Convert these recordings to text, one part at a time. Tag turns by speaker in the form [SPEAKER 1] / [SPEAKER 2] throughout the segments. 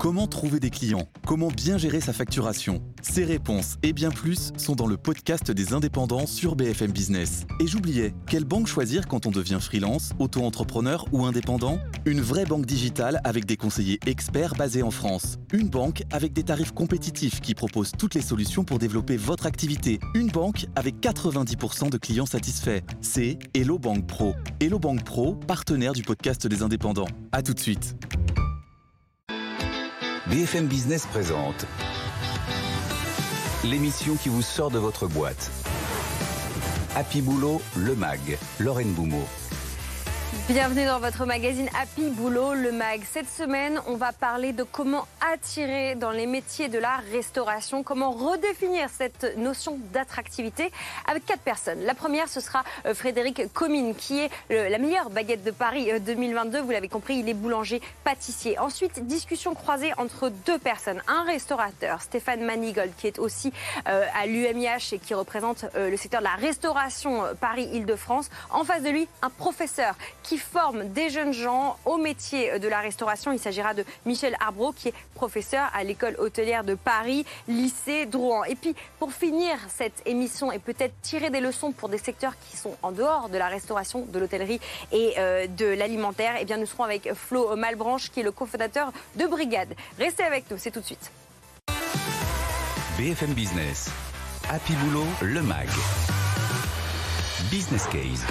[SPEAKER 1] Comment trouver des clients? Comment bien gérer sa facturation? Ces réponses et bien plus sont dans le podcast des indépendants sur BFM Business. Et j'oubliais, quelle banque choisir quand on devient freelance, auto-entrepreneur ou indépendant? Une vraie banque digitale avec des conseillers experts basés en France. Une banque avec des tarifs compétitifs qui propose toutes les solutions pour développer votre activité. Une banque avec 90% de clients satisfaits. C'est Hello Bank Pro. Hello Bank Pro, partenaire du podcast des indépendants. À tout de suite.
[SPEAKER 2] BFM Business présente l'émission qui vous sort de votre boîte. Happy Boulot, le MAG, Lorraine Boumeau.
[SPEAKER 3] Bienvenue dans votre magazine Happy Boulot, le MAG. Cette semaine, on va parler de comment attirer dans les métiers de la restauration, comment redéfinir cette notion d'attractivité avec 4 personnes. La première, ce sera Frédéric Comines, qui est la meilleure baguette de Paris 2022. Vous l'avez compris, il est boulanger-pâtissier. Ensuite, discussion croisée entre 2 personnes. Un restaurateur, Stéphane Manigold, qui est aussi à l'UMIH et qui représente le secteur de la restauration Paris-Île-de-France. En face de lui, un professeur qui forme des jeunes gens au métier de la restauration. Il s'agira de Michel Arbreau, qui est professeur à l'école hôtelière de Paris, lycée Drouan. Et puis, pour finir cette émission et peut-être tirer des leçons pour des secteurs qui sont en dehors de la restauration, de l'hôtellerie et de l'alimentaire, eh bien, nous serons avec Flo Malbranche, qui est le cofondateur de Brigade. Restez avec nous, c'est tout de suite.
[SPEAKER 2] BFM Business, Happy Boulot, le MAG. Business Case.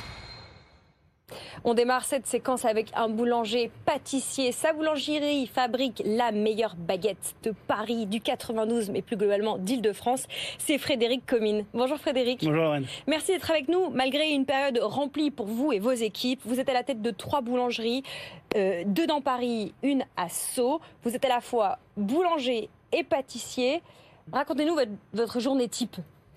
[SPEAKER 3] On démarre cette séquence avec un boulanger pâtissier. Sa boulangerie fabrique la meilleure baguette de Paris, du 92, mais plus globalement d'Île-de-France. C'est Frédéric Comines. Bonjour Frédéric.
[SPEAKER 4] Bonjour Lorraine.
[SPEAKER 3] Merci d'être avec nous. Malgré une période remplie pour vous et vos équipes, vous êtes à la tête de 3 boulangeries, 2 dans Paris, une à Sceaux. Vous êtes à la fois boulanger et pâtissier. Racontez-nous votre journée type.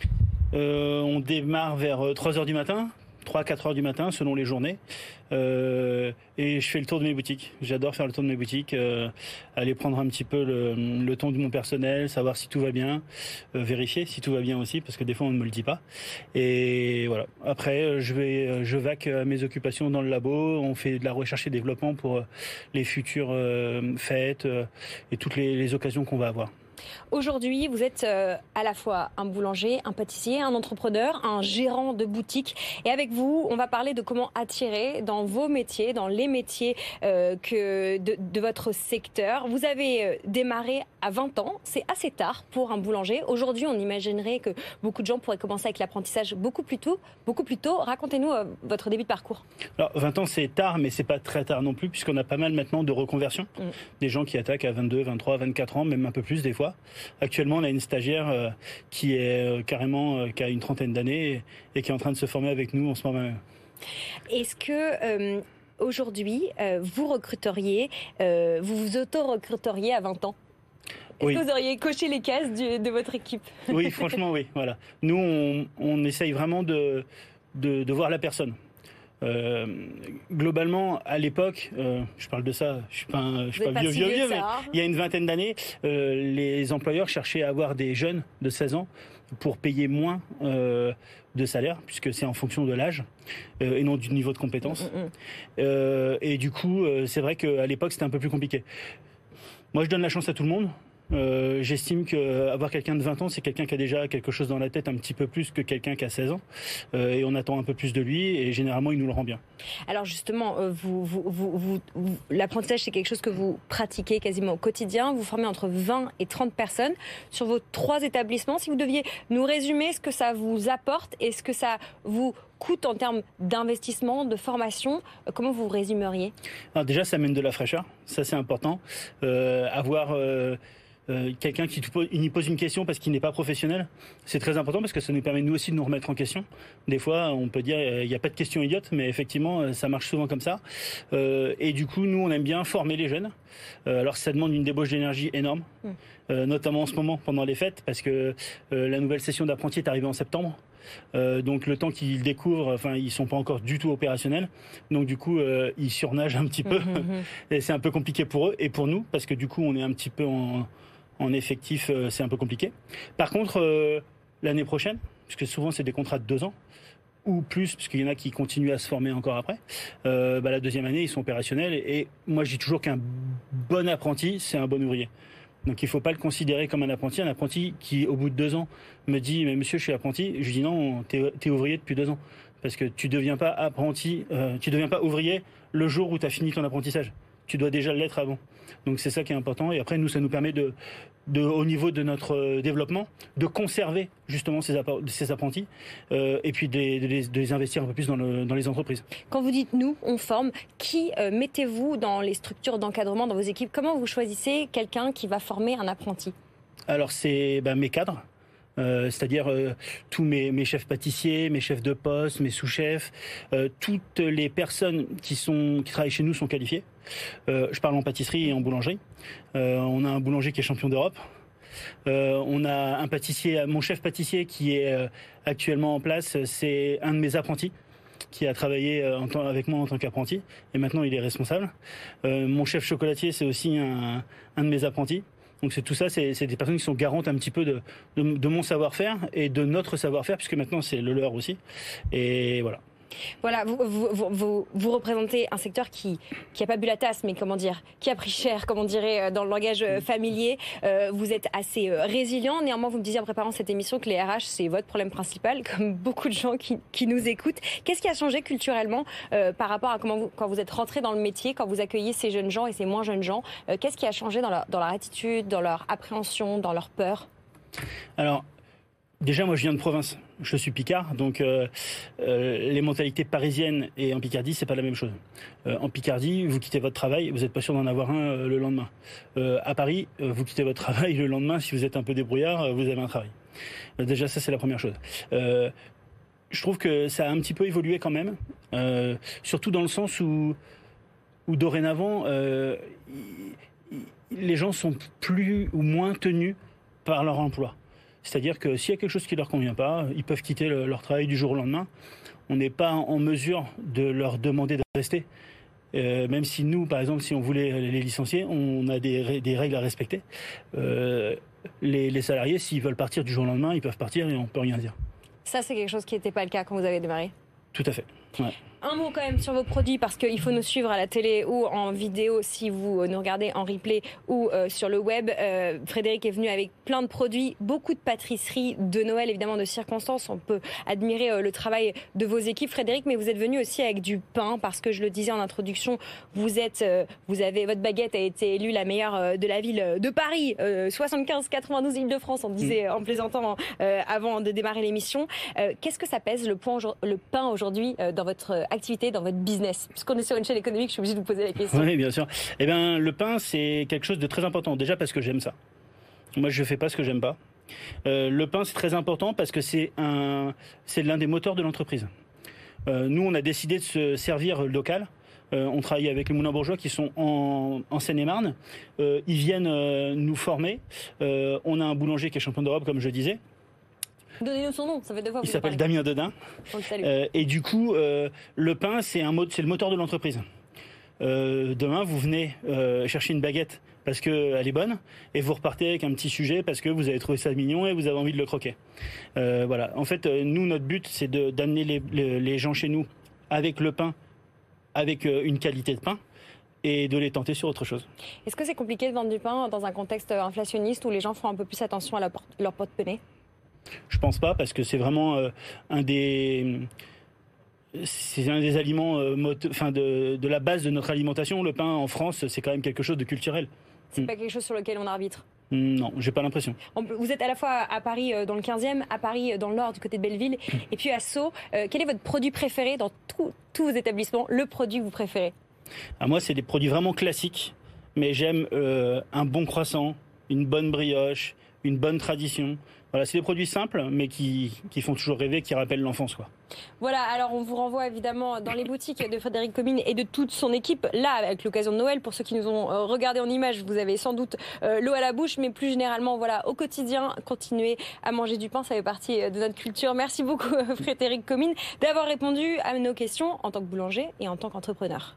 [SPEAKER 4] On démarre vers 3h du matin. 3-4 heures du matin selon les journées et je fais le tour de mes boutiques. J'adore faire le tour de mes boutiques, aller prendre un petit peu le ton de mon personnel, savoir si tout va bien, vérifier si tout va bien aussi parce que des fois on ne me le dit pas. Et voilà. Après je vaque à mes occupations dans le labo. On fait de la recherche et développement pour les futures fêtes et toutes les occasions qu'on va avoir.
[SPEAKER 3] Aujourd'hui, vous êtes à la fois un boulanger, un pâtissier, un entrepreneur, un gérant de boutique. Et avec vous, on va parler de comment attirer dans vos métiers, dans les métiers de votre secteur. Vous avez démarré à 20 ans. C'est assez tard pour un boulanger. Aujourd'hui, on imaginerait que beaucoup de gens pourraient commencer avec l'apprentissage beaucoup plus tôt. Racontez-nous votre début de parcours.
[SPEAKER 4] Alors, 20 ans, c'est tard, mais c'est pas très tard non plus, puisqu'on a pas mal maintenant de reconversions. Des gens qui attaquent à 22, 23, 24 ans, même un peu plus des fois. Actuellement, on a une stagiaire qui est qui a une trentaine d'années et qui est en train de se former avec nous en ce moment.
[SPEAKER 3] Est-ce que aujourd'hui, vous recruteriez, vous vous auto-recruteriez à 20 ans? Est-ce que vous auriez coché les cases de votre équipe?
[SPEAKER 4] Oui, franchement, oui. Voilà. Nous, on essaye vraiment de voir la personne. Globalement, à l'époque, je parle de ça, je suis pas vieux, mais il y a une vingtaine d'années, les employeurs cherchaient à avoir des jeunes de 16 ans pour payer moins de salaire, puisque c'est en fonction de l'âge et non du niveau de compétence. Et du coup, c'est vrai qu'à l'époque, c'était un peu plus compliqué. Moi, je donne la chance à tout le monde. J'estime qu'avoir quelqu'un de 20 ans, c'est quelqu'un qui a déjà quelque chose dans la tête un petit peu plus que quelqu'un qui a 16 ans. Et on attend un peu plus de lui et généralement, il nous le rend bien.
[SPEAKER 3] Alors justement, l'apprentissage, c'est quelque chose que vous pratiquez quasiment au quotidien. Vous formez entre 20 et 30 personnes sur vos 3 établissements. Si vous deviez nous résumer ce que ça vous apporte et ce que ça vous coûte en termes d'investissement, de formation, comment vous résumeriez?
[SPEAKER 4] Alors déjà, ça amène de la fraîcheur. Ça, c'est important. Avoir quelqu'un qui nous pose une question parce qu'il n'est pas professionnel, c'est très important parce que ça nous permet nous aussi de nous remettre en question. Des fois, on peut dire il n'y a pas de question idiote, mais effectivement, ça marche souvent comme ça. Et du coup, nous, on aime bien former les jeunes. Alors, ça demande une débauche d'énergie énorme, notamment en ce moment pendant les fêtes, parce que la nouvelle session d'apprentis est arrivée en septembre. Donc le temps qu'ils découvrent, ils sont pas encore du tout opérationnels. Donc du coup, ils surnagent un petit peu. Et c'est un peu compliqué pour eux et pour nous, parce que du coup, on est un petit peu en effectif, c'est un peu compliqué. Par contre, l'année prochaine, puisque souvent c'est des contrats de 2 ans, ou plus, parce qu'il y en a qui continuent à se former encore après. La deuxième année, ils sont opérationnels. Et moi, je dis toujours qu'un bon apprenti, c'est un bon ouvrier. Donc il ne faut pas le considérer comme un apprenti. Un apprenti qui, au bout de 2 ans, me dit « Mais monsieur, je suis apprenti », je lui dis « Non, t'es ouvrier depuis 2 ans. » Parce que tu deviens pas apprenti, tu deviens pas ouvrier le jour où tu as fini ton apprentissage. Tu dois déjà l'être avant. Donc c'est ça qui est important. Et après, nous, ça nous permet au niveau de notre développement, de conserver justement ces apprentis et puis de les investir un peu plus dans les entreprises.
[SPEAKER 3] Quand vous dites « nous, on forme », qui mettez-vous dans les structures d'encadrement, dans vos équipes? Comment vous choisissez quelqu'un qui va former un apprenti?
[SPEAKER 4] Alors c'est mes cadres. C'est-à-dire tous mes chefs pâtissiers, mes chefs de poste, mes sous-chefs, toutes les personnes qui travaillent chez nous sont qualifiées. Je parle en pâtisserie et en boulangerie. On a un boulanger qui est champion d'Europe. On a un pâtissier, mon chef pâtissier qui est actuellement en place, c'est un de mes apprentis qui a travaillé avec moi en tant qu'apprenti et maintenant il est responsable. Mon chef chocolatier, c'est aussi un de mes apprentis. Donc c'est tout ça, c'est des personnes qui sont garantes un petit peu de mon savoir-faire et de notre savoir-faire, puisque maintenant c'est le leur aussi. Et voilà.
[SPEAKER 3] Voilà, vous représentez un secteur qui a pas bu la tasse, mais comment dire, qui a pris cher, comme on dirait dans le langage familier. Vous êtes assez résilient. Néanmoins, vous me disiez en préparant cette émission que les RH, c'est votre problème principal, comme beaucoup de gens qui nous écoutent. Qu'est-ce qui a changé culturellement par rapport à quand vous êtes rentré dans le métier, quand vous accueillez ces jeunes gens et ces moins jeunes gens? Qu'est-ce qui a changé dans leur attitude, dans leur appréhension, dans leur peur?
[SPEAKER 4] Alors, déjà, moi, je viens de province. Je suis Picard, donc les mentalités parisiennes et en Picardie, c'est pas la même chose. En Picardie, vous quittez votre travail, vous n'êtes pas sûr d'en avoir un le lendemain. À Paris, vous quittez votre travail le lendemain, si vous êtes un peu débrouillard, vous avez un travail. Déjà, ça, c'est la première chose. Je trouve que ça a un petit peu évolué quand même, surtout dans le sens où dorénavant, les gens sont plus ou moins tenus par leur emploi. C'est-à-dire que s'il y a quelque chose qui ne leur convient pas, ils peuvent quitter leur travail du jour au lendemain. On n'est pas en mesure de leur demander de rester. Même si nous, par exemple, si on voulait les licencier, on a des règles à respecter. Les salariés, s'ils veulent partir du jour au lendemain, ils peuvent partir et on ne peut rien dire.
[SPEAKER 3] Ça, c'est quelque chose qui n'était pas le cas quand vous avez démarré?
[SPEAKER 4] Tout à fait. Ouais.
[SPEAKER 3] Un mot quand même sur vos produits, parce qu'il faut nous suivre à la télé ou en vidéo si vous nous regardez en replay ou sur le web. Frédéric est venu avec plein de produits, beaucoup de pâtisseries de Noël, évidemment de circonstances. On peut admirer le travail de vos équipes, Frédéric, mais vous êtes venu aussi avec du pain, parce que je le disais en introduction, votre baguette a été élue la meilleure de la ville de Paris, 75-92 Île-de-France, on disait en plaisantant avant de démarrer l'émission. Qu'est-ce que ça pèse le pain aujourd'hui dans votre activité, dans votre business? Puisqu'on est sur une chaîne économique, je suis obligée de vous poser la question.
[SPEAKER 4] Oui, bien sûr. Eh bien, le pain, c'est quelque chose de très important. Déjà parce que j'aime ça. Moi, je ne fais pas ce que j'aime pas. Le pain, c'est très important parce que c'est l'un des moteurs de l'entreprise. Nous, on a décidé de se servir local. On travaille avec les Moulins Bourgeois qui sont en Seine-et-Marne. Ils viennent nous former. On a un boulanger qui est champion d'Europe, comme je disais.
[SPEAKER 3] Donnez-nous son nom, ça fait 2 fois que
[SPEAKER 4] il s'appelle Damien Dedin. Et du coup, le pain, c'est le moteur de l'entreprise. Demain, vous venez chercher une baguette parce qu'elle est bonne et vous repartez avec un petit sujet parce que vous avez trouvé ça mignon et vous avez envie de le croquer. Voilà. En fait, nous, notre but, c'est d'amener les gens chez nous avec le pain, avec une qualité de pain, et de les tenter sur autre chose.
[SPEAKER 3] Est-ce que c'est compliqué de vendre du pain dans un contexte inflationniste où les gens font un peu plus attention à leur porte-monnaie?
[SPEAKER 4] Je pense pas, parce que c'est vraiment un des aliments de la base de notre alimentation. Le pain en France, c'est quand même quelque chose de culturel.
[SPEAKER 3] C'est pas quelque chose sur lequel on arbitre?
[SPEAKER 4] Non, j'ai pas l'impression.
[SPEAKER 3] Vous êtes à la fois à Paris dans le 15e, à Paris dans le Nord, du côté de Belleville, et puis à Sceaux. Quel est votre produit préféré dans tous vos établissements? Le produit que vous préférez?
[SPEAKER 4] Moi, c'est des produits vraiment classiques, mais j'aime un bon croissant, une bonne brioche, une bonne tradition. Voilà, c'est des produits simples, mais qui font toujours rêver, qui rappellent l'enfance, quoi.
[SPEAKER 3] Voilà, alors on vous renvoie évidemment dans les boutiques de Frédéric Comines et de toute son équipe, là, avec l'occasion de Noël. Pour ceux qui nous ont regardé en images, vous avez sans doute l'eau à la bouche, mais plus généralement, voilà, au quotidien, continuez à manger du pain, ça fait partie de notre culture. Merci beaucoup, Frédéric Comines, d'avoir répondu à nos questions en tant que boulanger et en tant qu'entrepreneur.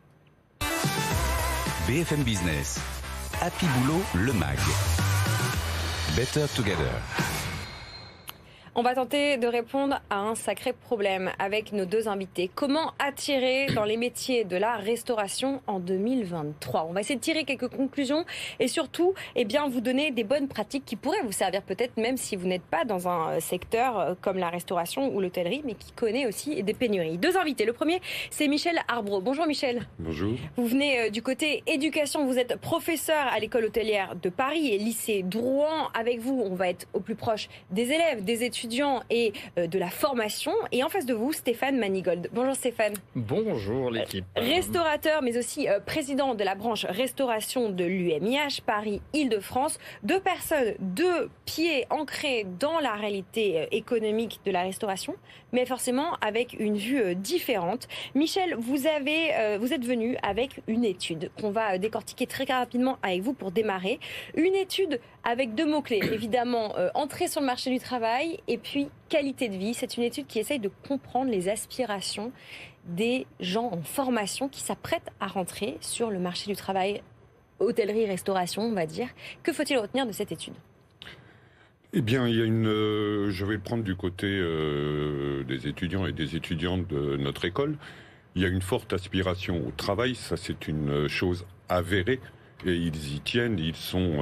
[SPEAKER 2] BFM Business, Happy Boulot, le MAG. Better Together.
[SPEAKER 3] On va tenter de répondre à un sacré problème avec nos deux invités. Comment attirer dans les métiers de la restauration en 2023 ? On va essayer de tirer quelques conclusions et surtout vous donner des bonnes pratiques qui pourraient vous servir peut-être même si vous n'êtes pas dans un secteur comme la restauration ou l'hôtellerie, mais qui connaît aussi des pénuries. Deux invités. Le premier, c'est Michel Arbreau. Bonjour Michel.
[SPEAKER 5] Bonjour.
[SPEAKER 3] Vous venez du côté éducation. Vous êtes professeur à l'école hôtelière de Paris et lycée Drouan. Avec vous, on va être au plus proche des élèves, des étudiants et de la formation. Et en face de vous, Stéphane Manigold. Bonjour Stéphane.
[SPEAKER 6] Bonjour l'équipe.
[SPEAKER 3] Restaurateur, mais aussi président de la branche restauration de l'UMIH Paris-Île-de-France. Deux personnes, deux pieds ancrés dans la réalité économique de la restauration, mais forcément avec une vue différente. Michel, vous êtes venu avec une étude qu'on va décortiquer très rapidement avec vous pour démarrer. Une étude avec deux mots-clés, évidemment, entrée sur le marché du travail et puis qualité de vie. C'est une étude qui essaye de comprendre les aspirations des gens en formation qui s'apprêtent à rentrer sur le marché du travail, hôtellerie, restauration, on va dire. Que faut-il retenir de cette étude ?
[SPEAKER 5] Eh bien, il y a je vais prendre du côté des étudiants et des étudiantes de notre école. Il y a une forte aspiration au travail, ça c'est une chose avérée, et ils y tiennent, ils sont,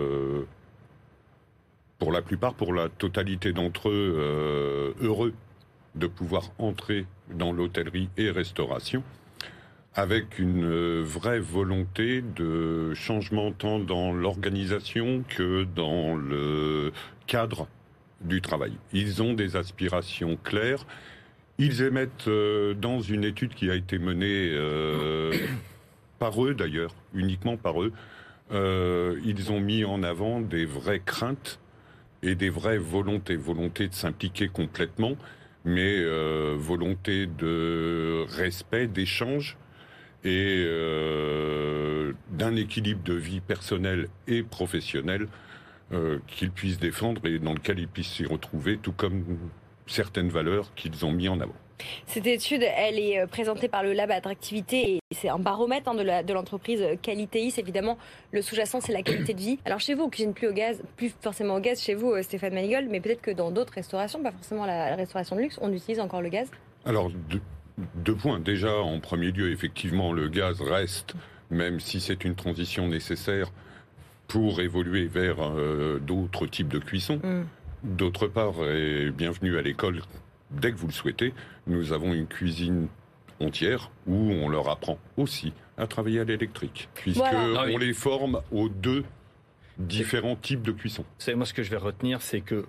[SPEAKER 5] pour la plupart, pour la totalité d'entre eux, heureux de pouvoir entrer dans l'hôtellerie et restauration, avec une vraie volonté de changement tant dans l'organisation que dans le cadre du travail. Ils ont des aspirations claires. Ils émettent dans une étude qui a été menée par eux d'ailleurs, uniquement par eux, ils ont mis en avant des vraies craintes et des vraies volontés de s'impliquer complètement, mais volonté de respect, d'échange, et d'un équilibre de vie personnelle et professionnelle qu'ils puissent défendre et dans lequel ils puissent s'y retrouver, tout comme certaines valeurs qu'ils ont mis en avant.
[SPEAKER 3] Cette étude, elle est présentée par le Lab Attractivité et c'est un baromètre de l'entreprise Qualitéis. Évidemment, le sous-jacent, c'est la qualité de vie. Alors chez vous, on cuisine plus forcément au gaz chez vous, Stéphane Manigold, mais peut-être que dans d'autres restaurations, pas forcément la restauration de luxe, on utilise encore le gaz.
[SPEAKER 5] Alors, deux points. Déjà, en premier lieu, effectivement, le gaz reste, même si c'est une transition nécessaire pour évoluer vers d'autres types de cuisson. D'autre part, et bienvenue à l'école, dès que vous le souhaitez, nous avons une cuisine entière où on leur apprend aussi à travailler à l'électrique, puisqu'on les forme aux deux différents types de cuisson.
[SPEAKER 6] Vous savez, moi, ce que je vais retenir, c'est que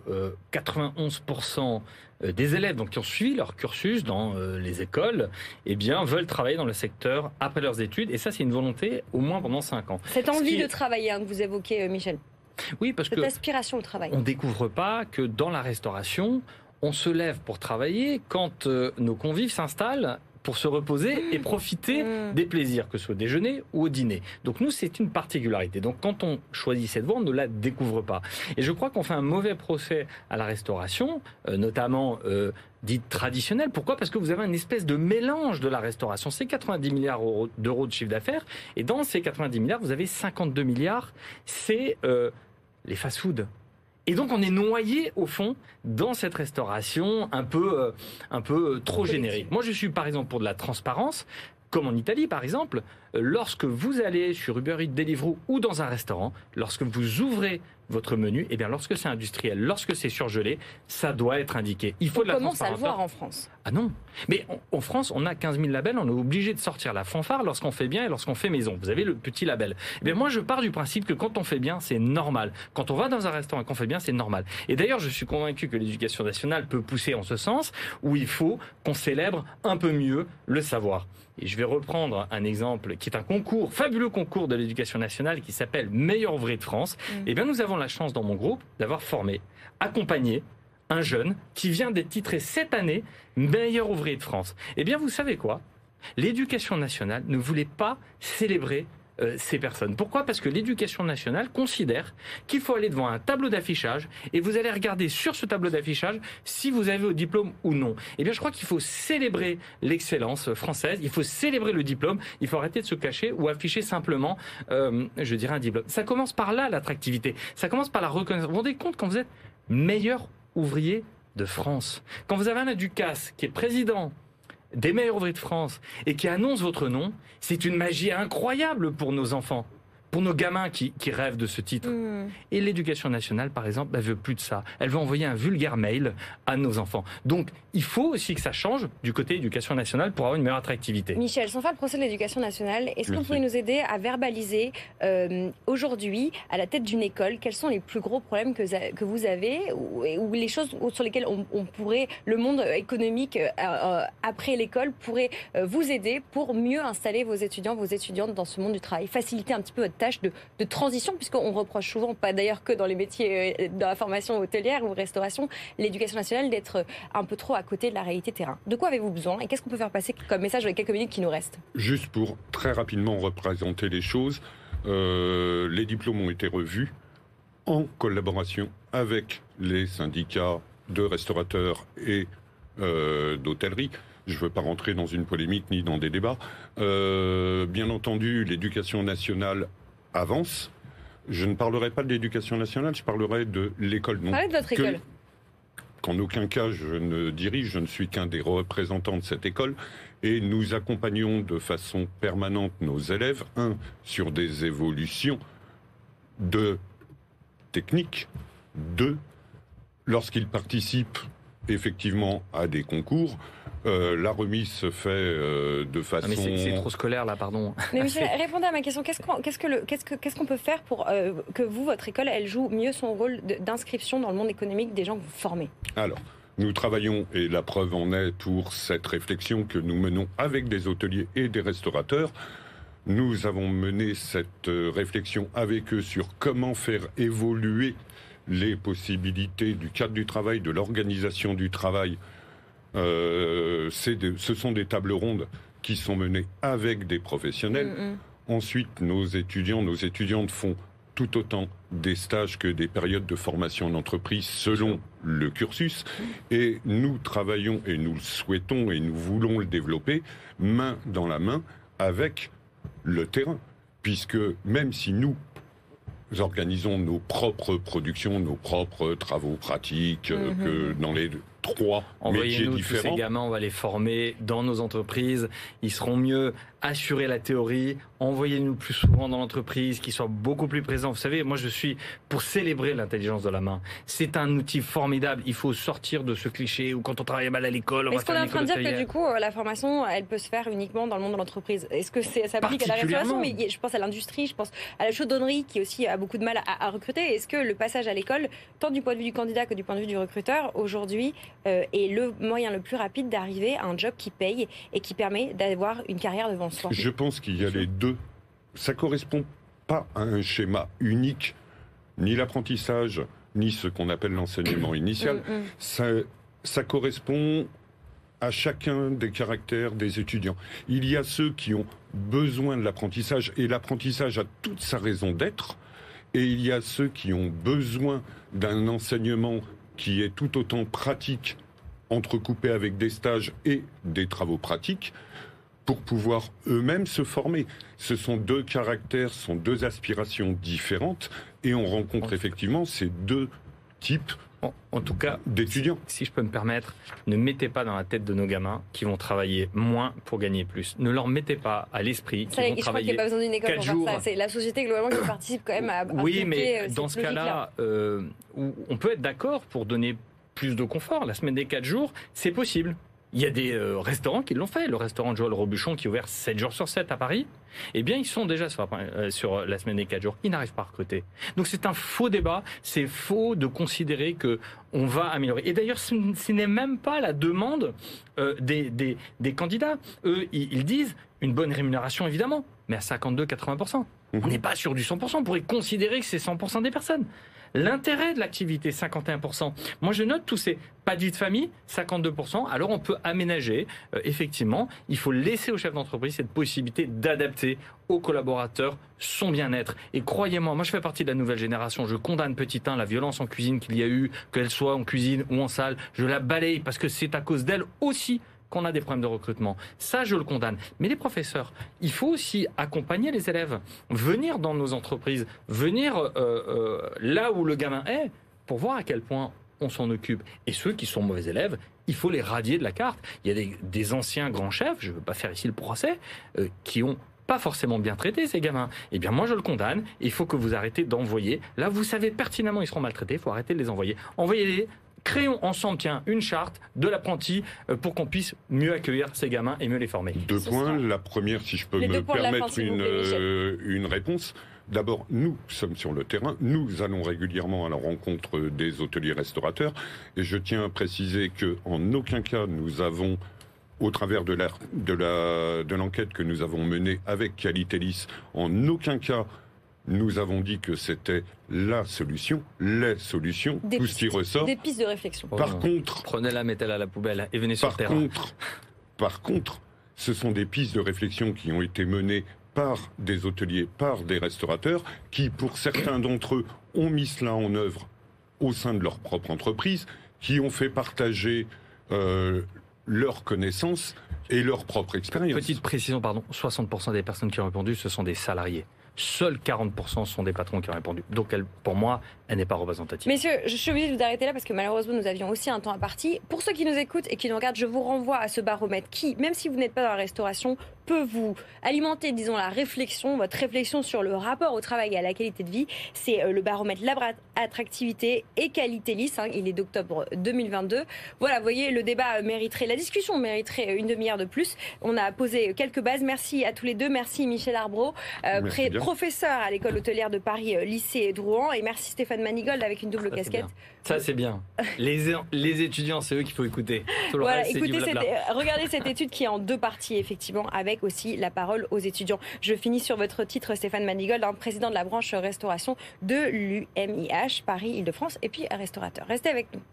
[SPEAKER 6] 91% des élèves donc, qui ont suivi leur cursus dans les écoles veulent travailler dans le secteur après leurs études. Et ça, c'est une volonté au moins pendant 5 ans.
[SPEAKER 3] Cette envie de travailler que vous évoquez, Michel.
[SPEAKER 6] Oui, parce
[SPEAKER 3] cette aspiration au travail.
[SPEAKER 6] On ne découvre pas que dans la restauration, on se lève pour travailler quand nos convives s'installent pour se reposer et profiter des plaisirs, que ce soit au déjeuner ou au dîner. Donc nous, c'est une particularité. Donc quand on choisit cette voie, on ne la découvre pas. Et je crois qu'on fait un mauvais procès à la restauration, notamment dite traditionnelle. Pourquoi ? Parce que vous avez une espèce de mélange de la restauration. C'est 90 milliards d'euros de chiffre d'affaires. Et dans ces 90 milliards, vous avez 52 milliards. C'est les fast-foods. Et donc on est noyé au fond dans cette restauration un peu trop générique. Moi je suis par exemple pour de la transparence, comme en Italie par exemple. Lorsque vous allez sur Uber Eats, Deliveroo ou dans un restaurant, lorsque vous ouvrez votre menu, et bien lorsque c'est industriel, lorsque c'est surgelé, ça doit être indiqué. Il faut de la transparence.
[SPEAKER 3] On commence à le voir en France.
[SPEAKER 6] Ah non, mais en France, on a 15 000 labels, on est obligé de sortir la fanfare lorsqu'on fait bien et lorsqu'on fait maison. Vous avez le petit label. Eh bien moi, je pars du principe que quand on fait bien, c'est normal. Quand on va dans un restaurant et qu'on fait bien, c'est normal. Et d'ailleurs, je suis convaincu que l'éducation nationale peut pousser en ce sens, où il faut qu'on célèbre un peu mieux le savoir. Et je vais reprendre un exemple qui est un concours, fabuleux concours de l'éducation nationale qui s'appelle Meilleur ouvrier de France. Eh bien, nous avons la chance dans mon groupe d'avoir formé, accompagné un jeune qui vient d'être titré cette année Meilleur ouvrier de France. Eh bien, vous savez quoi ? L'éducation nationale ne voulait pas célébrer ces personnes. Pourquoi ? Parce que l'éducation nationale considère qu'il faut aller devant un tableau d'affichage et vous allez regarder sur ce tableau d'affichage si vous avez au diplôme ou non. Eh bien, je crois qu'il faut célébrer l'excellence française, il faut célébrer le diplôme, il faut arrêter de se cacher ou afficher simplement, je dirais, un diplôme. Ça commence par là, l'attractivité. Ça commence par la reconnaissance. Vous vous rendez compte quand vous êtes meilleur ouvrier de France. Quand vous avez un Ducasse qui est président des meilleures ouvriers de France et qui annonce votre nom, c'est une magie incroyable pour nos enfants. Pour nos gamins qui rêvent de ce titre. Et l'éducation nationale, par exemple, elle veut plus de ça. Elle veut envoyer un vulgaire mail à nos enfants. Donc, il faut aussi que ça change du côté éducation nationale pour avoir une meilleure attractivité.
[SPEAKER 3] Michel, sans faire le procès de l'éducation nationale, est-ce que vous pouvez nous aider à verbaliser aujourd'hui, à la tête d'une école, quels sont les plus gros problèmes que vous avez ou les choses sur lesquelles on pourrait, le monde économique après l'école pourrait vous aider pour mieux installer vos étudiants, vos étudiantes dans ce monde du travail, faciliter un petit peu votre tâche de transition, puisqu'on reproche souvent, pas d'ailleurs que dans les métiers de la formation hôtelière ou restauration, l'éducation nationale d'être un peu trop à côté de la réalité terrain. De quoi avez-vous besoin et qu'est-ce qu'on peut faire passer comme message dans les quelques minutes qui nous restent?
[SPEAKER 5] Juste pour très rapidement représenter les choses, les diplômes ont été revus en collaboration avec les syndicats de restaurateurs et d'hôtellerie. Je ne veux pas rentrer dans une polémique ni dans des débats. Bien entendu, l'éducation nationale avance. Je ne parlerai pas de l'éducation nationale, je parlerai de l'école.
[SPEAKER 3] Parlez de votre école.
[SPEAKER 5] Qu'en aucun cas je ne dirige, je ne suis qu'un des représentants de cette école. Et nous accompagnons de façon permanente nos élèves, sur des évolutions de techniques, lorsqu'ils participent effectivement à des concours, la remise se fait de façon...
[SPEAKER 6] mais c'est trop scolaire là, pardon.
[SPEAKER 3] Mais Michel, répondez à ma question. Qu'est-ce qu'on peut faire pour que votre école, elle joue mieux son rôle d'inscription dans le monde économique des gens que vous formez?
[SPEAKER 5] Alors, nous travaillons, et la preuve en est pour cette réflexion que nous menons avec des hôteliers et des restaurateurs. Nous avons mené cette réflexion avec eux sur comment faire évoluer les possibilités du cadre du travail, de l'organisation du travail. Ce sont des tables rondes qui sont menées avec des professionnels. Ensuite, nos étudiantes font tout autant des stages que des périodes de formation en entreprise selon le cursus. Et nous travaillons, et nous le souhaitons, et nous voulons le développer, main dans la main avec le terrain. Puisque même si nous organisons nos propres productions, nos propres travaux pratiques, que dans les 3 métiers différents.
[SPEAKER 6] Tous ces gamins, on va les former dans nos entreprises. Ils seront mieux assurer la théorie. Envoyez-nous plus souvent dans l'entreprise, qu'ils soient beaucoup plus présents. Vous savez, moi je suis pour célébrer l'intelligence de la main. C'est un outil formidable. Il faut sortir de ce cliché où quand on travaille mal à l'école, on va faire une école.
[SPEAKER 3] Est-ce qu'on est en train de dire que du coup, la formation, elle peut se faire uniquement dans le monde de l'entreprise? Est-ce que ça s'applique à la restauration? Mais je pense à l'industrie, je pense à la chaudronnerie qui aussi a beaucoup de mal à recruter. Est-ce que le passage à l'école, tant du point de vue du candidat que du point de vue du recruteur, aujourd'hui, est le moyen le plus rapide d'arriver à un job qui paye et qui permet d'avoir une carrière devant soi?
[SPEAKER 5] Je pense qu'il y a les deux. Ça correspond pas à un schéma unique, ni l'apprentissage, ni ce qu'on appelle l'enseignement initial. Ça correspond à chacun des caractères des étudiants. Il y a ceux qui ont besoin de l'apprentissage, et l'apprentissage a toute sa raison d'être, et il y a ceux qui ont besoin d'un enseignement qui est tout autant pratique, entrecoupé avec des stages et des travaux pratiques, pour pouvoir eux-mêmes se former. Ce sont deux caractères, ce sont deux aspirations différentes, et on rencontre effectivement ces deux types
[SPEAKER 6] en tout cas
[SPEAKER 5] d'étudiants.
[SPEAKER 6] Si je peux me permettre, ne mettez pas dans la tête de nos gamins qui vont travailler moins pour gagner plus. Ne leur mettez pas à l'esprit qu'ils vont travailler 4 jours. Je crois qu'il n'y a pas besoin d'une école pour faire ça.
[SPEAKER 3] C'est la société globalement qui participe quand même à
[SPEAKER 6] oui, mais dans ce cas-là, on peut être d'accord pour donner plus de confort. La semaine des 4 jours, c'est possible. Il y a des restaurants qui l'ont fait. Le restaurant de Joël Robuchon qui est ouvert 7 jours sur 7 à Paris, eh bien, ils sont déjà sur la semaine des 4 jours. Ils n'arrivent pas à recruter. Donc, c'est un faux débat. C'est faux de considérer qu'on va améliorer. Et d'ailleurs, ce n'est même pas la demande des candidats. Eux, ils disent une bonne rémunération, évidemment, mais à 52-80%. On n'est pas sûr du 100%. On pourrait considérer que c'est 100% des personnes. L'intérêt de l'activité, 51%. Moi, je note tous ces pas de vie de famille, 52%. Alors, on peut aménager. Effectivement, il faut laisser au chef d'entreprise cette possibilité d'adapter aux collaborateurs son bien-être. Et croyez-moi, moi, je fais partie de la nouvelle génération. Je condamne petit 1 la violence en cuisine qu'il y a eu, qu'elle soit en cuisine ou en salle. Je la balaye parce que c'est à cause d'elle aussi qu'on a des problèmes de recrutement. Ça, je le condamne. Mais les professeurs, il faut aussi accompagner les élèves, venir dans nos entreprises, venir là où le gamin est, pour voir à quel point on s'en occupe. Et ceux qui sont mauvais élèves, il faut les radier de la carte. Il y a des anciens grands chefs, je ne veux pas faire ici le procès, qui ont pas forcément bien traité ces gamins. Eh bien, moi, je le condamne. Il faut que vous arrêtez d'envoyer. Là, vous savez pertinemment ils seront maltraités. Il faut arrêter de les envoyer. Envoyez-les. Créons ensemble, une charte de l'apprenti pour qu'on puisse mieux accueillir ces gamins et mieux les former.
[SPEAKER 5] 2 points. La première, si je peux me permettre une réponse. D'abord, nous sommes sur le terrain. Nous allons régulièrement à la rencontre des hôteliers restaurateurs. Et je tiens à préciser qu'en aucun cas, nous avons, au travers de l'enquête que nous avons menée avec Qualitélis, en aucun cas, nous avons dit que c'était la solution, les solutions, tout ce qui ressort.
[SPEAKER 3] Des pistes de réflexion.
[SPEAKER 5] Par contre,
[SPEAKER 6] prenez-la, mettez-la à la poubelle et venez sur le terrain.
[SPEAKER 5] Par contre, ce sont des pistes de réflexion qui ont été menées par des hôteliers, par des restaurateurs, qui, pour certains d'entre eux, ont mis cela en œuvre au sein de leur propre entreprise, qui ont fait partager leurs connaissances et leur propre expérience.
[SPEAKER 6] Petite précision, 60% des personnes qui ont répondu, ce sont des salariés. Seuls 40% sont des patrons qui ont répondu. Donc, pour moi, elle n'est pas représentative.
[SPEAKER 3] Messieurs, je suis obligée de vous arrêter là parce que malheureusement, nous avions aussi un temps imparti. Pour ceux qui nous écoutent et qui nous regardent, je vous renvoie à ce baromètre qui, même si vous n'êtes pas dans la restauration, peut vous alimenter, disons, votre réflexion sur le rapport au travail et à la qualité de vie. C'est le baromètre Lab Attractivité et Qualitélis. Il est d'octobre 2022. Voilà, vous voyez, le débat mériterait, la discussion mériterait une demi-heure de plus. On a posé quelques bases. Merci à tous les deux. Merci Michel Arbreau, professeur à l'école hôtelière de Paris, lycée Drouan. Et merci Stéphane Manigold avec une double casquette.
[SPEAKER 6] Ça, c'est bien. Les étudiants, c'est eux qu'il faut écouter. Tout le reste,
[SPEAKER 3] écoutez,
[SPEAKER 6] c'est du blabla.
[SPEAKER 3] regardez cette étude qui est en 2 parties, effectivement, avec aussi la parole aux étudiants. Je finis sur votre titre, Stéphane Manigold, président de la branche restauration de l'UMIH, Paris-Île-de-France, et puis restaurateur. Restez avec nous.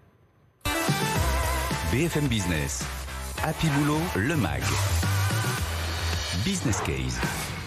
[SPEAKER 2] BFM Business. Happy Boulot, le MAG. Business Case.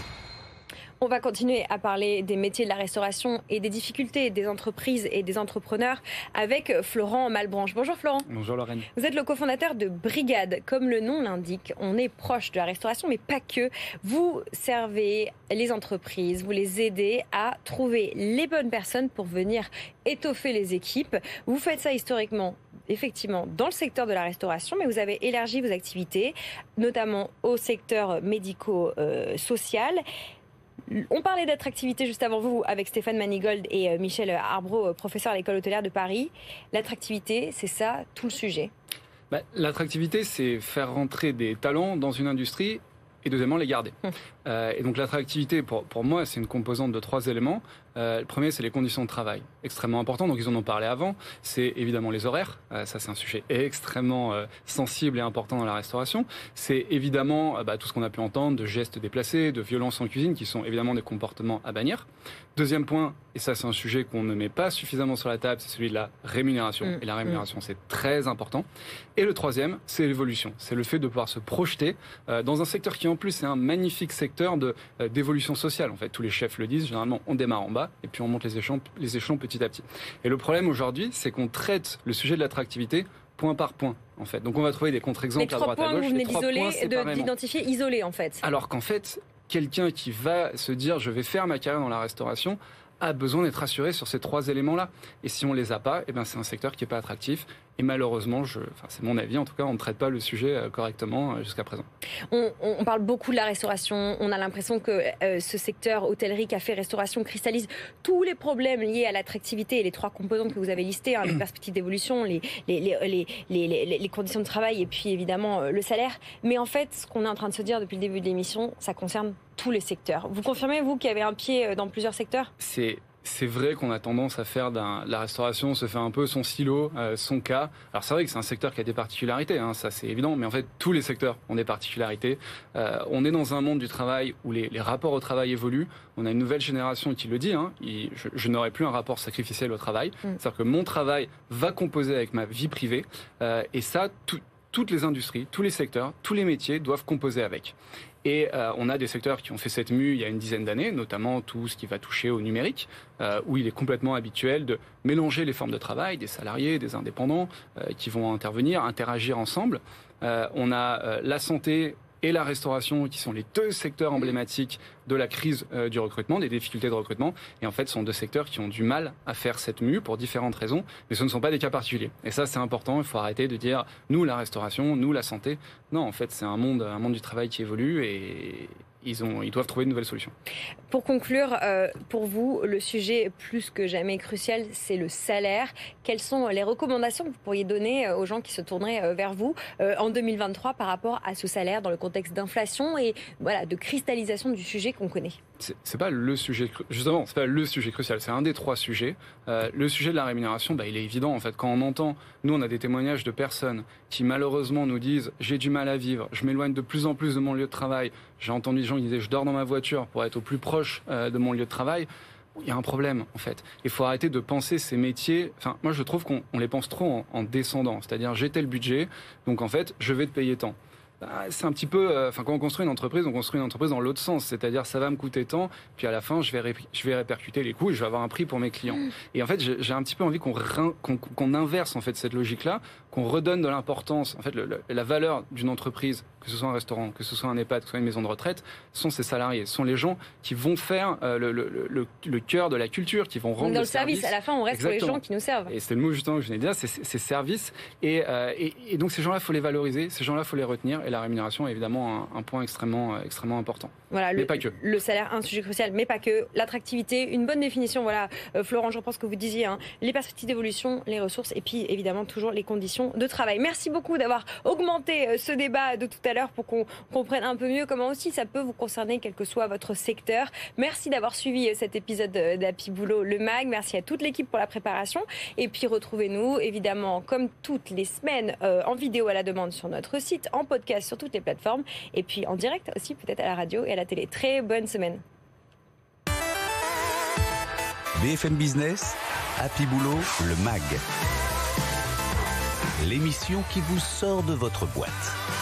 [SPEAKER 3] On va continuer à parler des métiers de la restauration et des difficultés des entreprises et des entrepreneurs avec Florent Malbranche. Bonjour Florent.
[SPEAKER 7] Bonjour Lorraine.
[SPEAKER 3] Vous êtes le cofondateur de Brigade. Comme le nom l'indique, on est proche de la restauration, mais pas que. Vous servez les entreprises, vous les aidez à trouver les bonnes personnes pour venir étoffer les équipes. Vous faites ça historiquement, effectivement, dans le secteur de la restauration, mais vous avez élargi vos activités, notamment au secteur médico-social. On parlait d'attractivité juste avant vous avec Stéphane Manigold et Michel Arbreau, professeur à l'école hôtelière de Paris. L'attractivité, c'est ça, tout le sujet.
[SPEAKER 7] L'attractivité, c'est faire rentrer des talents dans une industrie et deuxièmement les garder. Et donc l'attractivité, pour moi, c'est une composante de 3 éléments. Le premier, c'est les conditions de travail, extrêmement important. Donc ils en ont parlé avant. C'est évidemment les horaires. Ça, c'est un sujet extrêmement sensible et important dans la restauration. C'est évidemment tout ce qu'on a pu entendre de gestes déplacés, de violences en cuisine, qui sont évidemment des comportements à bannir. Deuxième point, et ça c'est un sujet qu'on ne met pas suffisamment sur la table, c'est celui de la rémunération. Et la rémunération, c'est très important. Et le troisième, c'est l'évolution. C'est le fait de pouvoir se projeter dans un secteur qui en plus est un magnifique secteur d'évolution sociale. En fait, tous les chefs le disent, généralement on démarre en bas et puis on monte les échelons petit à petit. Et le problème aujourd'hui, c'est qu'on traite le sujet de l'attractivité point par point, en fait. Donc on va trouver des contre-exemples à droite à gauche.
[SPEAKER 3] Les 3 points que vous venez d'identifier isolés, en fait.
[SPEAKER 7] Alors qu'en fait, quelqu'un qui va se dire je vais faire ma carrière dans la restauration a besoin d'être assuré sur ces 3 éléments-là. Et si on les a pas, c'est un secteur qui n'est pas attractif. Et malheureusement, c'est mon avis, en tout cas, on ne traite pas le sujet correctement jusqu'à présent.
[SPEAKER 3] On parle beaucoup de la restauration. On a l'impression que ce secteur hôtellerie, café, restauration cristallise tous les problèmes liés à l'attractivité et les 3 composantes que vous avez listées, les perspectives d'évolution, les conditions de travail et puis évidemment le salaire. Mais en fait, ce qu'on est en train de se dire depuis le début de l'émission, ça concerne tous les secteurs. Vous confirmez, vous, qui avez un pied dans plusieurs secteurs ?
[SPEAKER 7] C'est vrai qu'on a tendance à faire la restauration, se fait un peu son silo, son cas. Alors c'est vrai que c'est un secteur qui a des particularités, ça c'est évident, mais en fait tous les secteurs ont des particularités. On est dans un monde du travail où les rapports au travail évoluent. On a une nouvelle génération qui le dit, je n'aurai plus un rapport sacrificiel au travail. C'est-à-dire que mon travail va composer avec ma vie privée, et ça, toutes les industries, tous les secteurs, tous les métiers doivent composer avec. Et on a des secteurs qui ont fait cette mue il y a une dizaine d'années, notamment tout ce qui va toucher au numérique, où il est complètement habituel de mélanger les formes de travail, des salariés, des indépendants qui vont intervenir, interagir ensemble. On a la santé et la restauration, qui sont les 2 secteurs emblématiques de la crise du recrutement, des difficultés de recrutement. Et en fait, ce sont 2 secteurs qui ont du mal à faire cette mue pour différentes raisons, mais ce ne sont pas des cas particuliers. Et ça, c'est important. Il faut arrêter de dire nous, la restauration, nous, la santé. Non, en fait, c'est un monde du travail qui évolue et ils doivent trouver de nouvelles solutions.
[SPEAKER 3] Pour conclure, pour vous, le sujet plus que jamais crucial, c'est le salaire. Quelles sont les recommandations que vous pourriez donner aux gens qui se tourneraient vers vous en 2023 par rapport à ce salaire dans le contexte d'inflation et voilà, de cristallisation du sujet qu'on connaît?
[SPEAKER 7] C'est pas le sujet, justement, c'est pas le sujet crucial, c'est un des 3 sujets. Le sujet de la rémunération, il est évident en fait. Quand on entend, nous on a des témoignages de personnes qui malheureusement nous disent j'ai du mal à vivre, je m'éloigne de plus en plus de mon lieu de travail. J'ai entendu des gens qui disaient je dors dans ma voiture pour être au plus proche de mon lieu de travail. Il y a un problème en fait. Il faut arrêter de penser ces métiers. Enfin, moi je trouve qu'on les pense trop en descendant. C'est-à-dire j'ai tel budget, donc en fait je vais te payer tant. C'est un petit peu, quand on construit une entreprise dans l'autre sens, c'est-à-dire ça va me coûter tant, puis à la fin je vais répercuter les coûts et je vais avoir un prix pour mes clients. Et en fait, j'ai un petit peu envie qu'on inverse en fait cette logique-là, qu'on redonne de l'importance. En fait, la valeur d'une entreprise, que ce soit un restaurant, que ce soit un EHPAD, que ce soit une maison de retraite, sont ses salariés, sont les gens qui vont faire le cœur de la culture, qui vont rendre
[SPEAKER 3] dans le service. À la fin, on reste sur les gens qui nous servent.
[SPEAKER 7] Et c'était le mot justement que je venais de dire, c'est service. Et donc ces gens-là, il faut les valoriser, ces gens-là, il faut les retenir. Et la rémunération est évidemment un point extrêmement important.
[SPEAKER 3] Voilà,
[SPEAKER 7] mais pas que.
[SPEAKER 3] Le salaire, un sujet crucial, mais pas que. L'attractivité, une bonne définition. Voilà, Florent, je reprends ce que vous disiez. Les perspectives d'évolution, les ressources et puis évidemment toujours les conditions de travail. Merci beaucoup d'avoir augmenté ce débat de tout à l'heure pour qu'on comprenne un peu mieux comment aussi ça peut vous concerner, quel que soit votre secteur. Merci d'avoir suivi cet épisode d'Happy Boulot, le MAG. Merci à toute l'équipe pour la préparation. Et puis retrouvez-nous évidemment comme toutes les semaines en vidéo à la demande sur notre site, en podcast sur toutes les plateformes et puis en direct aussi peut-être à la radio et à la télé. Très bonne semaine.
[SPEAKER 2] BFM Business, Happy Boulot, le MAG. L'émission qui vous sort de votre boîte.